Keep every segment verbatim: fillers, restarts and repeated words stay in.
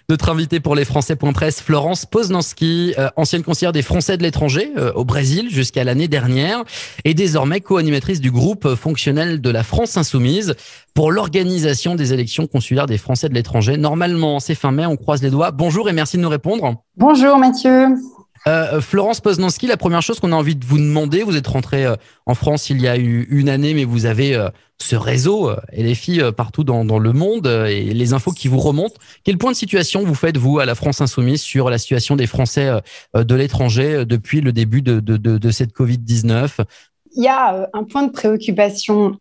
Notre invitée pour les Français point presse, Florence Poznanski, euh, ancienne conseillère des Français de l'étranger euh, au Brésil jusqu'à l'année dernière et désormais co-animatrice du groupe fonctionnel de la France Insoumise pour l'organisation des élections consulaires des Français de l'étranger. Normalement, c'est fin mai, on croise les doigts. Bonjour et merci de nous répondre. Bonjour Mathieu. Euh, Florence Poznanski, la première chose qu'on a envie de vous demander, vous êtes rentrée euh, en France il y a eu une année, mais vous avez euh, ce réseau euh, L F I euh, partout dans, dans le monde euh, et les infos qui vous remontent. Quel point de situation vous faites, vous, à la France Insoumise, sur la situation des Français euh, de l'étranger euh, depuis le début de, de, de, de cette covid dix-neuf ? Il y a euh, un point de préoccupation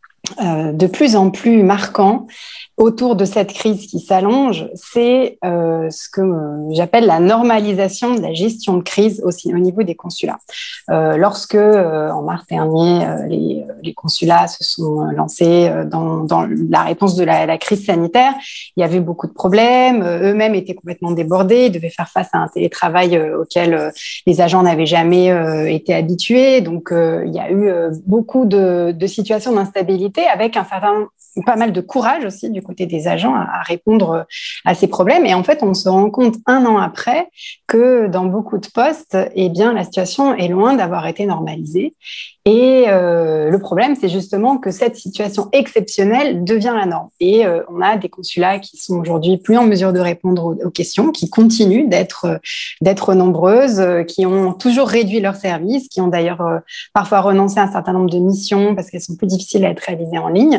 euh, de plus en plus marquant autour de cette crise qui s'allonge, c'est euh, ce que euh, j'appelle la normalisation de la gestion de crise aussi au niveau des consulats. Euh, lorsque, euh, en mars dernier, euh, les, les consulats se sont lancés dans, dans la réponse de la, la crise sanitaire, il y avait beaucoup de problèmes. Eux-mêmes étaient complètement débordés, ils devaient faire face à un télétravail euh, auquel euh, les agents n'avaient jamais euh, été habitués. Donc, euh, il y a eu euh, beaucoup de, de situations d'instabilité avec un certain pas mal de courage aussi du côté des agents à, à répondre à ces problèmes. Et en fait, on se rend compte un an après que dans beaucoup de postes, eh bien, la situation est loin d'avoir été normalisée. Et euh, le problème, c'est justement que cette situation exceptionnelle devient la norme. Et euh, on a des consulats qui sont aujourd'hui plus en mesure de répondre aux, aux questions, qui continuent d'être euh, d'être nombreuses, euh, qui ont toujours réduit leurs services, qui ont d'ailleurs euh, parfois renoncé à un certain nombre de missions parce qu'elles sont plus difficiles à être réalisées en ligne.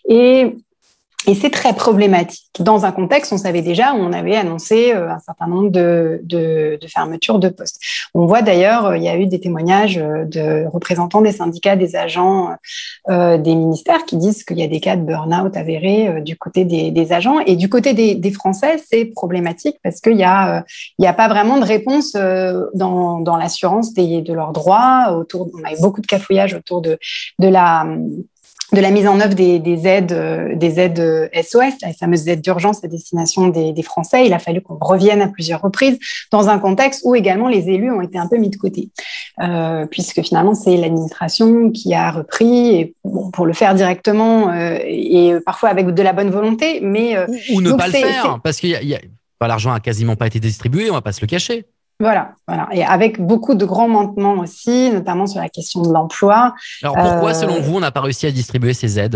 Et Et c'est très problématique. Dans un contexte, on savait déjà, où on avait annoncé un certain nombre de, de, de fermetures de postes. On voit d'ailleurs, il y a eu des témoignages de représentants des syndicats, des agents, euh, des ministères qui disent qu'il y a des cas de burn-out avérés euh, du côté des, des agents. Et du côté des, des Français, c'est problématique parce qu'il y a, euh, il y a pas vraiment de réponse euh, dans, dans l'assurance des, de leurs droits. Autour, on a eu beaucoup de cafouillages autour de, de la... de la mise en œuvre des, des aides, des aides S O S, les fameuses aides d'urgence à destination des, des Français. Il a fallu qu'on revienne à plusieurs reprises dans un contexte où également les élus ont été un peu mis de côté, euh, puisque finalement c'est l'administration qui a repris, et, bon, pour le faire directement euh, et parfois avec de la bonne volonté, mais euh, ou, ou ne pas le faire, parce que y a, y a, bah, l'argent a quasiment pas été distribué, on va pas se le cacher. Voilà, voilà, et avec beaucoup de grands manquements aussi, notamment sur la question de l'emploi. Alors pourquoi, euh... selon vous, on n'a pas réussi à distribuer ces aides ?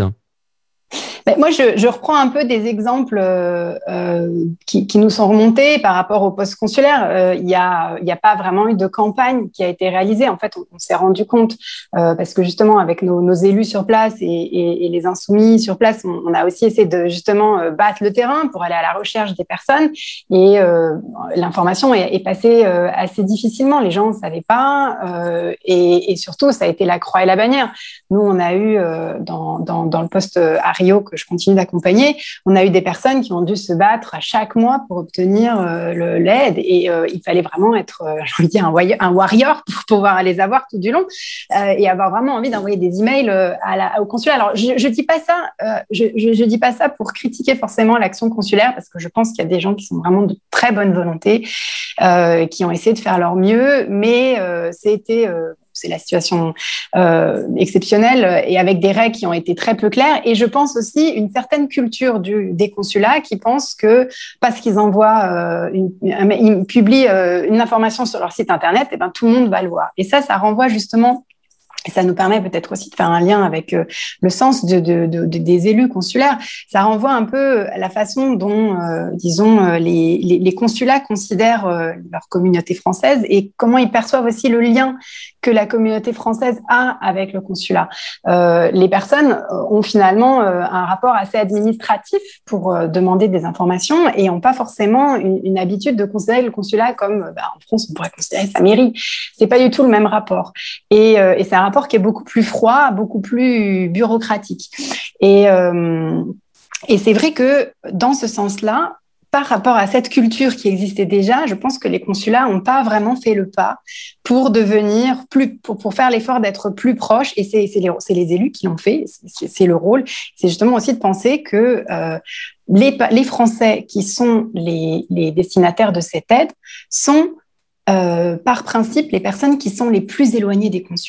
Ben, moi, je, je reprends un peu des exemples euh, euh, qui, qui nous sont remontés par rapport au poste consulaire. Euh, il n'y a, il y a pas vraiment eu de campagne qui a été réalisée. En fait, on, on s'est rendu compte, euh, parce que justement, avec nos, nos élus sur place et, et, et les insoumis sur place, on, on a aussi essayé de justement euh, battre le terrain pour aller à la recherche des personnes. Et euh, l'information est, est passée euh, assez difficilement. Les gens ne savaient pas. Euh, et, et surtout, ça a été la croix et la bannière. Nous, on a eu euh, dans, dans, dans le poste à Rio, que je continue d'accompagner, on a eu des personnes qui ont dû se battre à chaque mois pour obtenir euh, le, l'aide, et euh, il fallait vraiment être, euh, j'ai envie de dire, un, warrior, un warrior pour pouvoir les avoir tout du long, euh, et avoir vraiment envie d'envoyer des emails euh, à la, au consulat. Alors, je, je dis pas ça, euh, je, je, je dis pas ça pour critiquer forcément l'action consulaire, parce que je pense qu'il y a des gens qui sont vraiment de très bonne volonté, euh, qui ont essayé de faire leur mieux, mais euh, c'était euh, c'est la situation euh, exceptionnelle et avec des règles qui ont été très peu claires. Et je pense aussi une certaine culture du, des consulats qui pensent que parce qu'ils envoient, euh, une, ils publient euh, une information sur leur site internet, et ben tout le monde va le voir. Et ça, ça renvoie justement. Et ça nous permet peut-être aussi de faire un lien avec euh, le sens de, de, de, de, des élus consulaires. Ça renvoie un peu à la façon dont, euh, disons, euh, les, les, les consulats considèrent euh, leur communauté française et comment ils perçoivent aussi le lien que la communauté française a avec le consulat. Euh, les personnes ont finalement euh, un rapport assez administratif pour euh, demander des informations et n'ont pas forcément une, une habitude de considérer le consulat comme, bah, en France, on pourrait considérer sa mairie. C'est pas du tout le même rapport. Et, euh, et c'est un rapport qui est beaucoup plus froid, beaucoup plus bureaucratique. Et, euh, et c'est vrai que dans ce sens-là, par rapport à cette culture qui existait déjà, je pense que les consulats n'ont pas vraiment fait le pas pour devenir plus, pour, pour faire l'effort d'être plus proches. Et c'est, c'est, les, c'est les élus qui l'ont fait, c'est, c'est le rôle. C'est justement aussi de penser que euh, les, les Français qui sont les, les destinataires de cette aide sont Euh, par principe, les personnes qui sont les plus éloignées des consulats.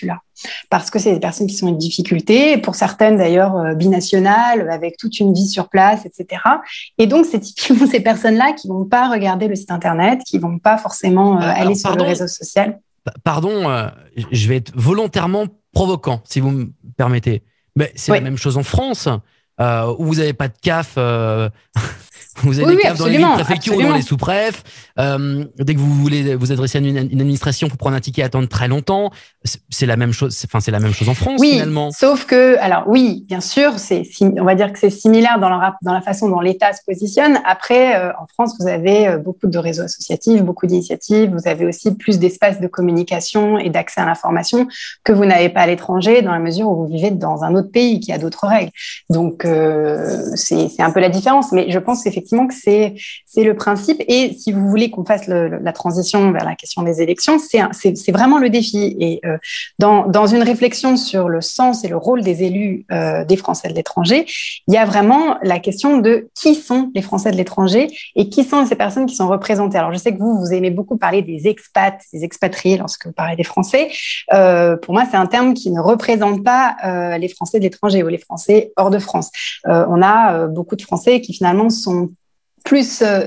parce que c'est des personnes qui sont en difficulté, pour certaines d'ailleurs euh, binationales, avec toute une vie sur place, et cetera. Et donc, c'est typiquement ces personnes-là qui vont pas regarder le site internet, qui vont pas forcément euh, aller Alors, sur pardon, le réseau social. Pardon, euh, je vais être volontairement provoquant, si vous me permettez. Mais c'est oui. la même chose en France, euh, où vous n'avez pas de C A F. Euh... Vous avez oui, des oui, C A F dans les villes préfectures ou dans les sous-préfs. Euh, dès que vous voulez vous adresser à une, une administration pour prendre un ticket, attendre très longtemps. C'est la même chose. Enfin, c'est la même chose en France oui, finalement. Sauf que, alors oui, bien sûr, c'est, on va dire que c'est similaire dans la, dans la façon dont l'État se positionne. Après, euh, en France, vous avez beaucoup de réseaux associatifs, beaucoup d'initiatives. Vous avez aussi plus d'espaces de communication et d'accès à l'information que vous n'avez pas à l'étranger, dans la mesure où vous vivez dans un autre pays qui a d'autres règles. Donc, euh, c'est un peu la différence. Mais je pense qu'effectivement, Effectivement que c'est c'est le principe. Et si vous voulez qu'on fasse le, la transition vers la question des élections, c'est c'est c'est vraiment le défi. Et euh, dans dans une réflexion sur le sens et le rôle des élus euh, des Français de l'étranger, il y a vraiment la question de qui sont les Français de l'étranger et qui sont ces personnes qui sont représentées. Alors je sais que vous vous aimez beaucoup parler des expats, des expatriés lorsque vous parlez des Français. Euh, pour moi, c'est un terme qui ne représente pas euh, les Français de l'étranger ou les Français hors de France. Euh, on a euh, beaucoup de Français qui finalement sont plus euh,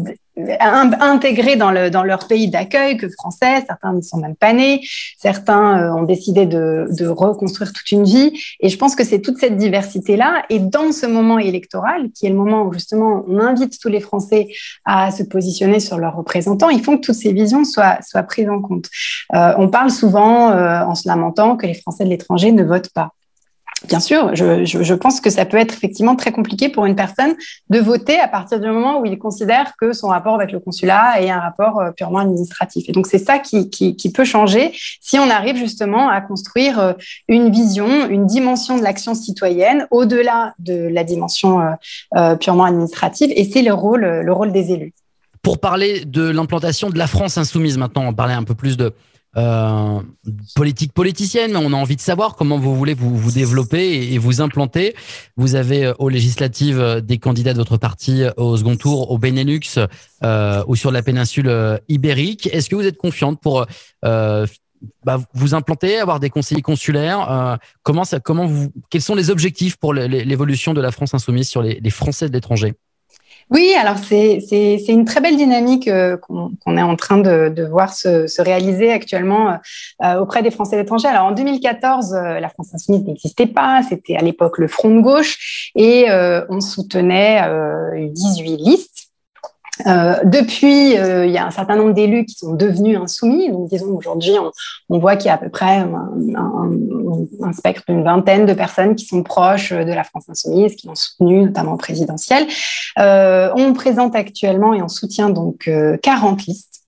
intégrés dans, le, dans leur pays d'accueil que français. Certains ne sont même pas nés. Certains euh, ont décidé de, de reconstruire toute une vie. Et je pense que c'est toute cette diversité-là. Et dans ce moment électoral, qui est le moment où justement on invite tous les Français à se positionner sur leurs représentants, il faut que toutes ces visions soient, soient prises en compte. Euh, on parle souvent, euh, en se lamentant, que les Français de l'étranger ne votent pas. Bien sûr, je, je, je pense que ça peut être effectivement très compliqué pour une personne de voter à partir du moment où il considère que son rapport avec le consulat est un rapport purement administratif. Et donc, c'est ça qui, qui, qui peut changer si on arrive justement à construire une vision, une dimension de l'action citoyenne au-delà de la dimension euh, purement administrative. Et c'est le rôle, le rôle des élus. Pour parler de l'implantation de la France insoumise, maintenant, on parlait un peu plus de Euh, politique politicienne, mais on a envie de savoir comment vous voulez vous, vous développer et, et vous implanter. Vous avez euh, aux législatives des candidats de votre parti au second tour, au Benelux euh, ou sur la péninsule euh, ibérique. Est-ce que vous êtes confiante pour euh, bah, vous implanter, avoir des conseillers consulaires euh, comment ça, comment vous, quels sont les objectifs pour l'évolution de la France insoumise sur les, les Français de l'étranger? Oui, alors c'est c'est c'est une très belle dynamique euh, qu'on qu'on est en train de de voir se se réaliser actuellement euh, auprès des Français de l'étranger. Alors en deux mille quatorze, euh, la France insoumise n'existait pas, c'était à l'époque le Front de gauche et euh, on soutenait euh, dix-huit listes. Euh, depuis, euh, il y a un certain nombre d'élus qui sont devenus insoumis. Donc, disons aujourd'hui, on, on voit qu'il y a à peu près un, un, un spectre d'une vingtaine de personnes qui sont proches de la France insoumise, qui l'ont soutenu, notamment présidentielle. Euh, on présente actuellement et on soutient donc euh, quarante listes.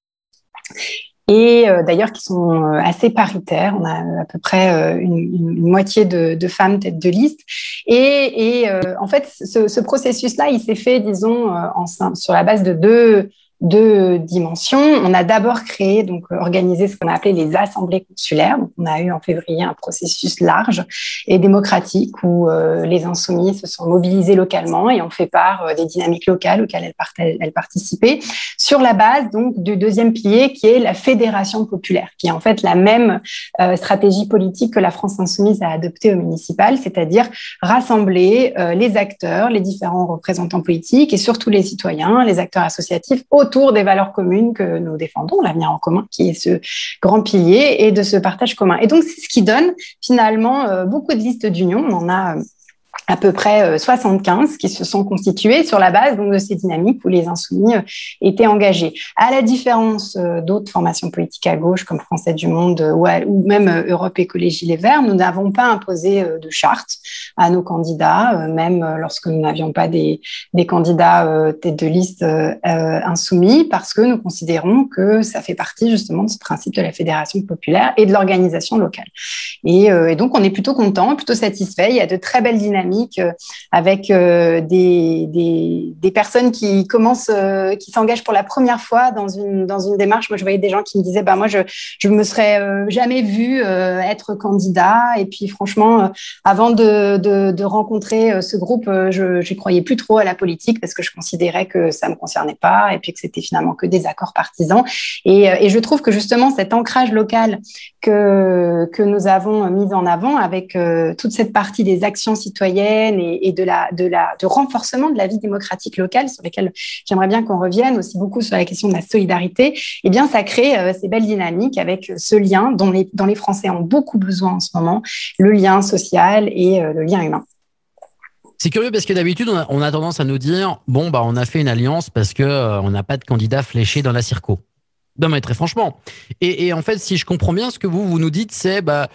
Et euh, d'ailleurs qui sont euh, assez paritaires. On a à peu près euh, une, une, une moitié de, de femmes tête de liste. Et, et euh, en fait, ce, ce processus-là, il s'est fait, disons, euh, en, sur la base de deux, deux dimensions. On a d'abord créé, donc organisé ce qu'on a appelé les assemblées consulaires. Donc, on a eu en février un processus large et démocratique où euh, les insoumis se sont mobilisés localement et ont fait part euh, des dynamiques locales auxquelles elles, part elles participaient, sur la base donc du deuxième pilier qui est la fédération populaire, qui est en fait la même euh, stratégie politique que la France insoumise a adoptée au municipal, c'est-à-dire rassembler euh, les acteurs, les différents représentants politiques et surtout les citoyens, les acteurs associatifs autour des valeurs communes que nous défendons, l'avenir en commun, qui est ce grand pilier, et de ce partage commun. Et donc, c'est ce qui donne finalement euh, beaucoup de listes d'union. On en a euh, à peu près soixante-quinze qui se sont constitués sur la base donc de ces dynamiques où les insoumis étaient engagés. À la différence d'autres formations politiques à gauche comme Français du Monde ou, à, ou même Europe Écologie Les Verts, nous n'avons pas imposé de charte à nos candidats, même lorsque nous n'avions pas des, des candidats tête de liste euh, insoumis, parce que nous considérons que ça fait partie justement de ce principe de la fédération populaire et de l'organisation locale. Et, euh, et donc, on est plutôt content, plutôt satisfait. Il y a de très belles dynamiques dynamique euh, avec euh, des, des, des personnes qui commencent, euh, qui s'engagent pour la première fois dans une, dans une démarche. Moi, je voyais des gens qui me disaient, bah, moi, je je me serais euh, jamais vu euh, être candidat. Et puis, franchement, euh, avant de, de, de rencontrer euh, ce groupe, euh, je n'y croyais plus trop à la politique parce que je considérais que ça me concernait pas et puis que c'était finalement que des accords partisans. Et, euh, et je trouve que justement, cet ancrage local que, que nous avons mis en avant avec euh, toute cette partie des actions citoyennes et, et de, la, de, la, de renforcement de la vie démocratique locale sur lesquelles j'aimerais bien qu'on revienne aussi beaucoup sur la question de la solidarité, eh bien, ça crée euh, ces belles dynamiques avec ce lien dont les, dont les Français ont beaucoup besoin en ce moment, le lien social et euh, le lien humain. C'est curieux parce que d'habitude, on a, on a tendance à nous dire « Bon, bah, on a fait une alliance parce qu'on euh, n'a pas de candidat fléché dans la circo ». Non, mais très franchement. Et, et en fait, si je comprends bien, ce que vous, vous nous dites, c'est bah,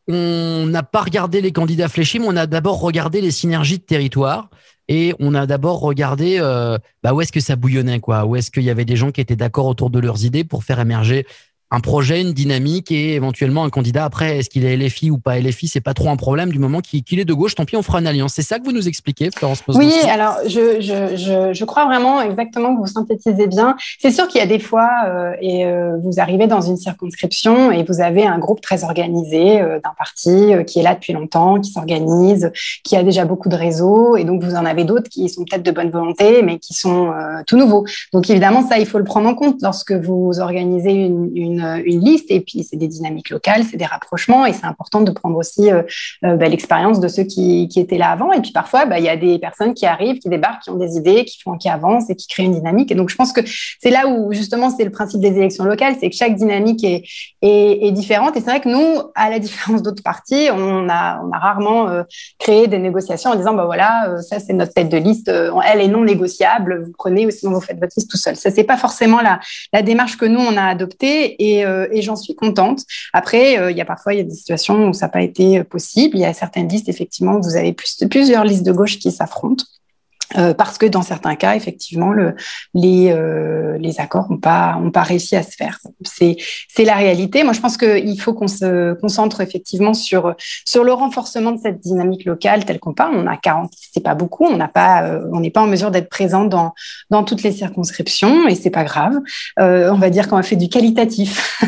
on n'a pas regardé les candidats fléchés, mais on a d'abord regardé les synergies de territoire. Et on a d'abord regardé euh, bah, où est-ce que ça bouillonnait, quoi. Où est-ce qu'il y avait des gens qui étaient d'accord autour de leurs idées pour faire émerger un projet, une dynamique et éventuellement un candidat. Après, est-ce qu'il est L F I ou pas L F I, c'est pas trop un problème du moment qu'il, qu'il est de gauche. Tant pis, on fera une alliance. C'est ça que vous nous expliquez, Florence Posnanski? Oui, alors je, je, je, je crois vraiment exactement que vous synthétisez bien. C'est sûr qu'il y a des fois, euh, et euh, vous arrivez dans une circonscription et vous avez un groupe très organisé euh, d'un parti euh, qui est là depuis longtemps, qui s'organise, qui a déjà beaucoup de réseaux, et donc vous en avez d'autres qui sont peut-être de bonne volonté, mais qui sont euh, tout nouveaux. Donc évidemment, ça, il faut le prendre en compte lorsque vous organisez une, une une liste, et puis c'est des dynamiques locales, c'est des rapprochements, et c'est important de prendre aussi euh, euh, bah, l'expérience de ceux qui, qui étaient là avant. Et puis parfois, bah, y a des personnes qui arrivent, qui débarquent, qui ont des idées, qui font, qui avancent et qui créent une dynamique. Et donc je pense que c'est là où justement c'est le principe des élections locales, c'est que chaque dynamique est, est, est différente. Et c'est vrai que nous, à la différence d'autres partis, on a, on a rarement euh, créé des négociations en disant bah voilà, euh, ça c'est notre tête de liste, euh, elle est non négociable, vous prenez ou sinon vous faites votre liste tout seul. Ça c'est pas forcément la, la démarche que nous on a adoptée. Et, euh, et j'en suis contente. Après, il euh, y a parfois il y a des situations où ça n'a pas été possible. Il y a certaines listes, effectivement, où vous avez plus, plusieurs listes de gauche qui s'affrontent. Euh, parce que dans certains cas, effectivement, le, les, euh, les accords n'ont pas, ont pas réussi à se faire. C'est, c'est la réalité. Moi, je pense qu'il faut qu'on se concentre effectivement sur, sur le renforcement de cette dynamique locale telle qu'on parle. On a quarante, c'est pas beaucoup. On n'a pas, euh, on n'est pas en mesure d'être présent dans, dans toutes les circonscriptions, et c'est pas grave. Euh, on va dire qu'on a fait du qualitatif.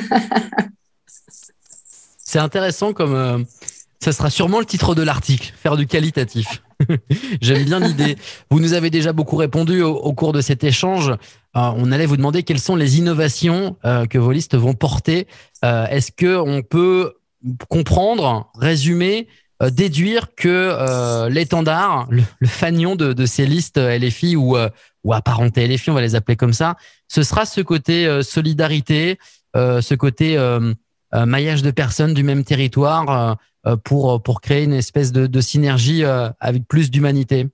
C'est intéressant comme euh, ça sera sûrement le titre de l'article, faire du qualitatif. J'aime bien l'idée. Vous nous avez déjà beaucoup répondu au, au cours de cet échange. Euh, on allait vous demander quelles sont les innovations euh, que vos listes vont porter. Euh, est-ce que on peut comprendre, résumer, euh, déduire que euh, l'étendard, le, le fanion de, de ces listes L F I ou, euh, ou apparentés L F I, on va les appeler comme ça, ce sera ce côté euh, solidarité, euh, ce côté euh, euh, maillage de personnes du même territoire, euh, pour, pour créer une espèce de, de synergie avec plus d'humanité?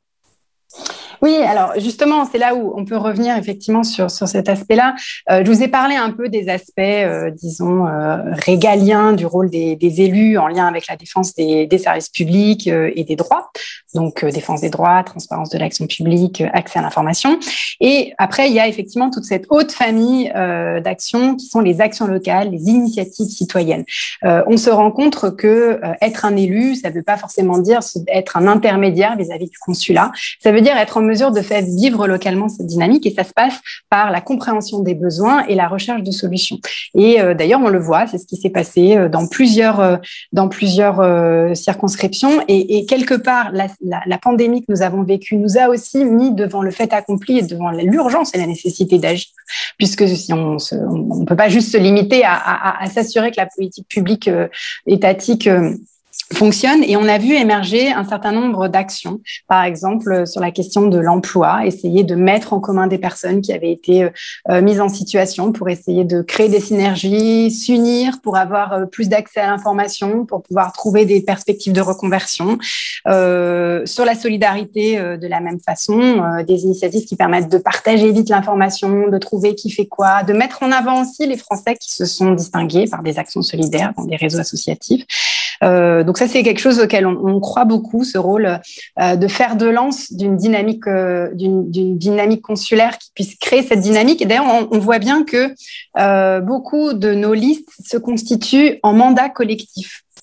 Oui, alors justement, c'est là où on peut revenir effectivement sur, sur cet aspect-là. Euh, je vous ai parlé un peu des aspects, euh, disons, euh, régaliens du rôle des, des élus en lien avec la défense des, des services publics euh, et des droits. Donc, euh, défense des droits, transparence de l'action publique, euh, accès à l'information. Et après, il y a effectivement toute cette haute famille euh, d'actions qui sont les actions locales, les initiatives citoyennes. Euh, on se rend compte que euh, être un élu, ça ne veut pas forcément dire être un intermédiaire vis-à-vis du consulat. Ça veut dire être en mesure de faire vivre localement cette dynamique, et ça se passe par la compréhension des besoins et la recherche de solutions. Et euh, d'ailleurs, on le voit, c'est ce qui s'est passé dans plusieurs, euh, dans plusieurs euh, circonscriptions. Et, et quelque part, la, la, la pandémie que nous avons vécue nous a aussi mis devant le fait accompli et devant l'urgence et la nécessité d'agir, puisque si on ne peut pas juste se limiter à, à, à s'assurer que la politique publique euh, étatique euh, fonctionne. Et on a vu émerger un certain nombre d'actions, par exemple sur la question de l'emploi, essayer de mettre en commun des personnes qui avaient été euh, mises en situation pour essayer de créer des synergies, s'unir pour avoir euh, plus d'accès à l'information, pour pouvoir trouver des perspectives de reconversion. Euh, sur la solidarité, euh, de la même façon, euh, des initiatives qui permettent de partager vite l'information, de trouver qui fait quoi, de mettre en avant aussi les Français qui se sont distingués par des actions solidaires dans des réseaux associatifs. Euh, donc ça, c'est quelque chose auquel on, on croit beaucoup, ce rôle euh, de fer de lance d'une dynamique, euh, d'une, d'une dynamique consulaire qui puisse créer cette dynamique. Et d'ailleurs, on, on voit bien que euh, beaucoup de nos listes se constituent en mandat collectif.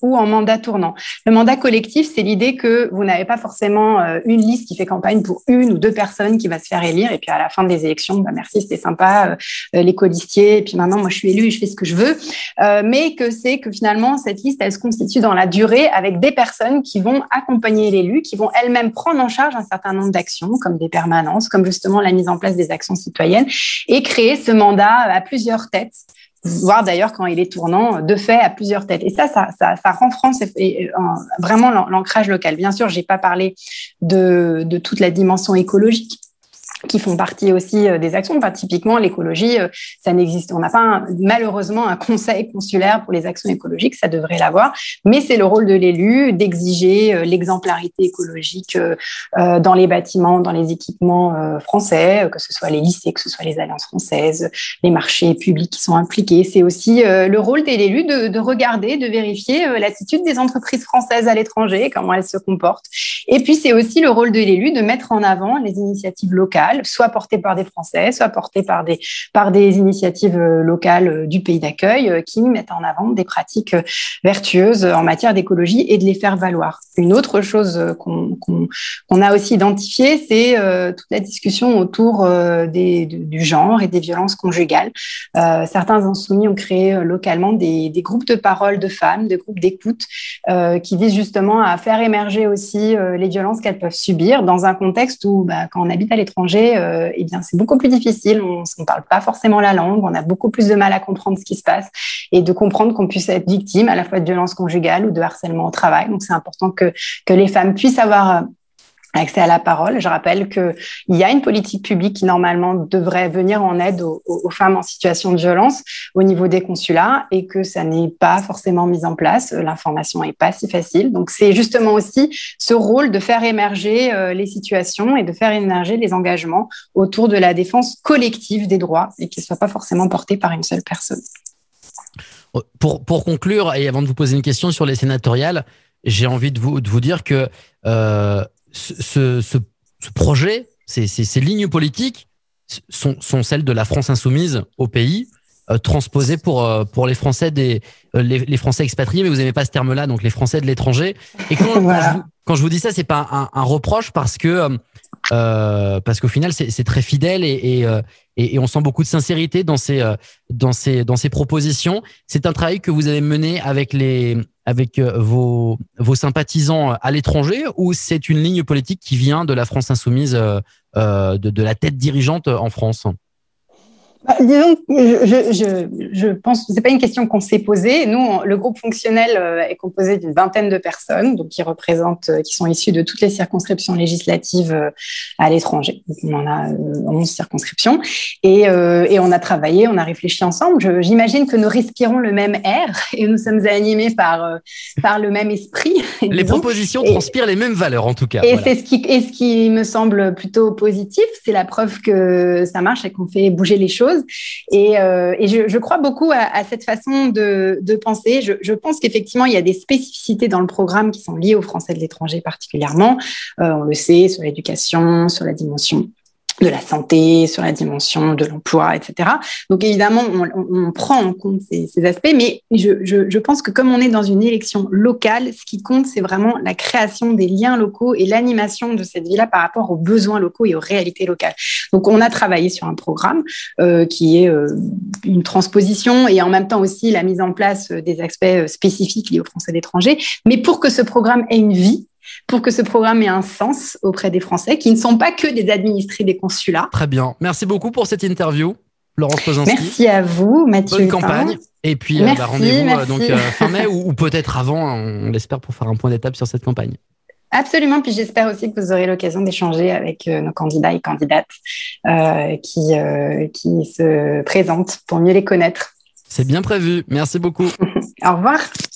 ou en mandat tournant. Le mandat collectif, c'est l'idée que vous n'avez pas forcément euh, une liste qui fait campagne pour une ou deux personnes qui va se faire élire, et puis à la fin des élections, bah merci, c'était sympa, euh, les colistiers, et puis maintenant, moi, je suis élue et je fais ce que je veux, euh, mais que c'est que finalement, cette liste, elle se constitue dans la durée avec des personnes qui vont accompagner l'élu, qui vont elles-mêmes prendre en charge un certain nombre d'actions, comme des permanences, comme justement la mise en place des actions citoyennes, et créer ce mandat à plusieurs têtes, voire d'ailleurs quand il est tournant, de fait à plusieurs têtes. Et ça, ça, ça, ça rend France et, et, euh, vraiment l'ancrage local. Bien sûr, j'ai pas parlé de, de toute la dimension écologique, qui font partie aussi des actions. Enfin, typiquement, l'écologie, ça n'existe. On n'a pas un, malheureusement un conseil consulaire pour les actions écologiques, ça devrait l'avoir, mais c'est le rôle de l'élu d'exiger l'exemplarité écologique dans les bâtiments, dans les équipements français, que ce soit les lycées, que ce soit les alliances françaises, les marchés publics qui sont impliqués. C'est aussi le rôle de l'élu de, de regarder, de vérifier l'attitude des entreprises françaises à l'étranger, comment elles se comportent. Et puis, c'est aussi le rôle de l'élu de mettre en avant les initiatives locales, soit portées par des Français, soit portées par des, par des initiatives locales du pays d'accueil qui mettent en avant des pratiques vertueuses en matière d'écologie et de les faire valoir. Une autre chose qu'on qu'on, qu'on a aussi identifiée, c'est euh, toute la discussion autour euh, des, du, du genre et des violences conjugales. Euh, certains insoumis ont créé localement des, des groupes de parole de femmes, des groupes d'écoute euh, qui visent justement à faire émerger aussi euh, les violences qu'elles peuvent subir dans un contexte où, bah, quand on habite à l'étranger, Euh, eh bien, c'est beaucoup plus difficile. On ne parle pas forcément la langue. On a beaucoup plus de mal à comprendre ce qui se passe et de comprendre qu'on puisse être victime à la fois de violences conjugales ou de harcèlement au travail. Donc, c'est important que, que les femmes puissent avoir accès à la parole. Je rappelle qu'il y a une politique publique qui, normalement, devrait venir en aide aux, aux femmes en situation de violence au niveau des consulats et que ça n'est pas forcément mis en place. L'information n'est pas si facile. Donc, c'est justement aussi ce rôle de faire émerger euh, les situations et de faire émerger les engagements autour de la défense collective des droits et qu'ils ne soient pas forcément portés par une seule personne. Pour, pour conclure, et avant de vous poser une question sur les sénatoriales, j'ai envie de vous, de vous dire que euh, Ce, ce, ce projet, ces, ces, ces lignes politiques sont, sont celles de la France insoumise au pays, euh, transposées pour, euh, pour les Français des, euh, les, les Français expatriés, mais vous n'aimez pas ce terme-là, donc les Français de l'étranger. Et quand, voilà. quand, je vous, quand je vous dis ça, c'est pas un, un reproche parce que euh, parce qu'au final, c'est, c'est très fidèle et, et, et, et on sent beaucoup de sincérité dans ces, dans ces, dans ces propositions. C'est un travail que vous avez mené avec les avec vos, vos sympathisants à l'étranger ou c'est une ligne politique qui vient de la France insoumise, euh, de, de la tête dirigeante en France ? Bah, disons, je, je, je pense que c'est pas une question qu'on s'est posée. Nous, on, le groupe fonctionnel est composé d'une vingtaine de personnes, donc qui représentent, qui sont issues de toutes les circonscriptions législatives à l'étranger. Donc, on en a onze circonscriptions et, euh, et on a travaillé, on a réfléchi ensemble. Je, j'imagine que nous respirons le même air et nous sommes animés par par le même esprit. Les disons. propositions et, transpirent les mêmes valeurs, en tout cas. Et voilà. c'est ce qui, et ce qui me semble plutôt positif. C'est la preuve que ça marche et qu'on fait bouger les choses. Et, euh, et je, je crois beaucoup à, à cette façon de, de penser. Je, je pense qu'effectivement, il y a des spécificités dans le programme qui sont liées aux Français de l'étranger particulièrement. Euh, on le sait, sur l'éducation, sur la dimension de la santé, sur la dimension de l'emploi, et cetera. Donc évidemment, on, on, on prend en compte ces, ces aspects, mais je, je, je pense que comme on est dans une élection locale, ce qui compte, c'est vraiment la création des liens locaux et l'animation de cette vie-là par rapport aux besoins locaux et aux réalités locales. Donc on a travaillé sur un programme euh, qui est euh, une transposition et en même temps aussi la mise en place des aspects spécifiques liés aux Français d'étranger. Mais pour que ce programme ait une vie, pour que ce programme ait un sens auprès des Français, qui ne sont pas que des administrés des consulats. Très bien. Merci beaucoup pour cette interview, Laurence Posinski. Merci à vous, Mathieu. Bonne campagne. Et puis, merci, bah, rendez-vous merci. donc, euh, fin mai ou, ou peut-être avant, on l'espère, pour faire un point d'étape sur cette campagne. Absolument. Puis j'espère aussi que vous aurez l'occasion d'échanger avec euh, nos candidats et candidates euh, qui, euh, qui se présentent pour mieux les connaître. C'est bien prévu. Merci beaucoup. Au revoir.